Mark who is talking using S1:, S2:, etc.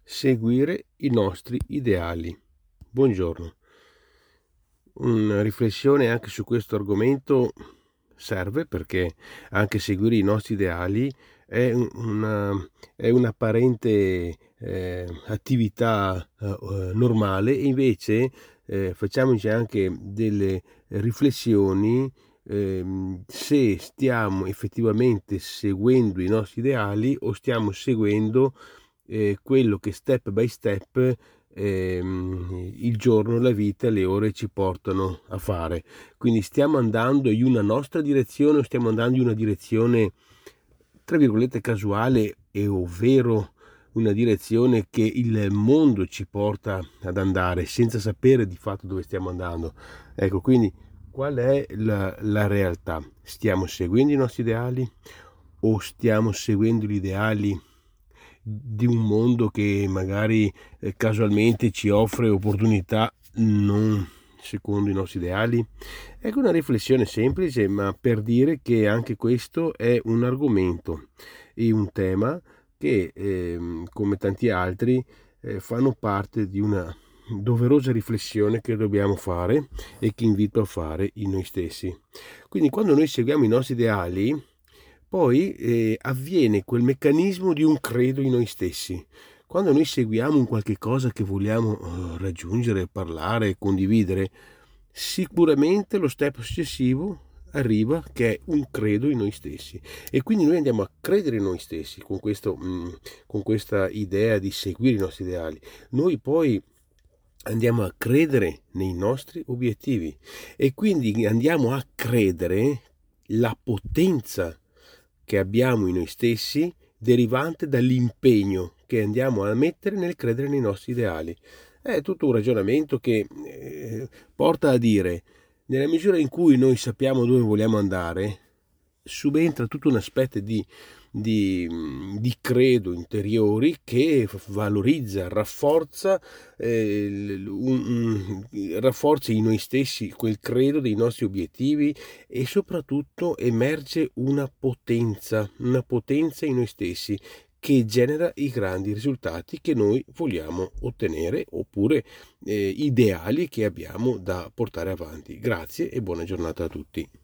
S1: Seguire i nostri ideali. Buongiorno. Una riflessione anche su questo argomento serve, perché anche seguire i nostri ideali è un'apparente attività normale, e invece facciamoci anche delle riflessioni se stiamo effettivamente seguendo i nostri ideali o stiamo seguendo quello che step by step il giorno, la vita, le ore ci portano a fare. Quindi stiamo andando in una nostra direzione o stiamo andando in una direzione tra virgolette casuale, e ovvero una direzione che il mondo ci porta ad andare senza sapere di fatto dove stiamo andando. Ecco, quindi qual è la realtà? Stiamo seguendo i nostri ideali o stiamo seguendo gli ideali di un mondo che magari casualmente ci offre opportunità non secondo i nostri ideali? Ecco, una riflessione semplice, ma per dire che anche questo è un argomento e un tema che, come tanti altri, fanno parte di una doverosa riflessione che dobbiamo fare e che invito a fare in noi stessi. Quindi quando noi seguiamo i nostri ideali, poi avviene quel meccanismo di un credo in noi stessi. Quando noi seguiamo un qualche cosa che vogliamo raggiungere, parlare, condividere, sicuramente lo step successivo arriva, che è un credo in noi stessi, e quindi noi andiamo a credere in noi stessi con questa idea di seguire i nostri ideali. Noi poi andiamo a credere nei nostri obiettivi e quindi andiamo a credere la potenza che abbiamo in noi stessi, derivante dall'impegno che andiamo a mettere nel credere nei nostri ideali. È tutto un ragionamento che porta a dire: nella misura in cui noi sappiamo dove vogliamo andare, subentra tutto un aspetto di credo interiori che valorizza, rafforza in noi stessi quel credo dei nostri obiettivi, e soprattutto emerge una potenza in noi stessi che genera i grandi risultati che noi vogliamo ottenere, oppure ideali che abbiamo da portare avanti. Grazie e buona giornata a tutti.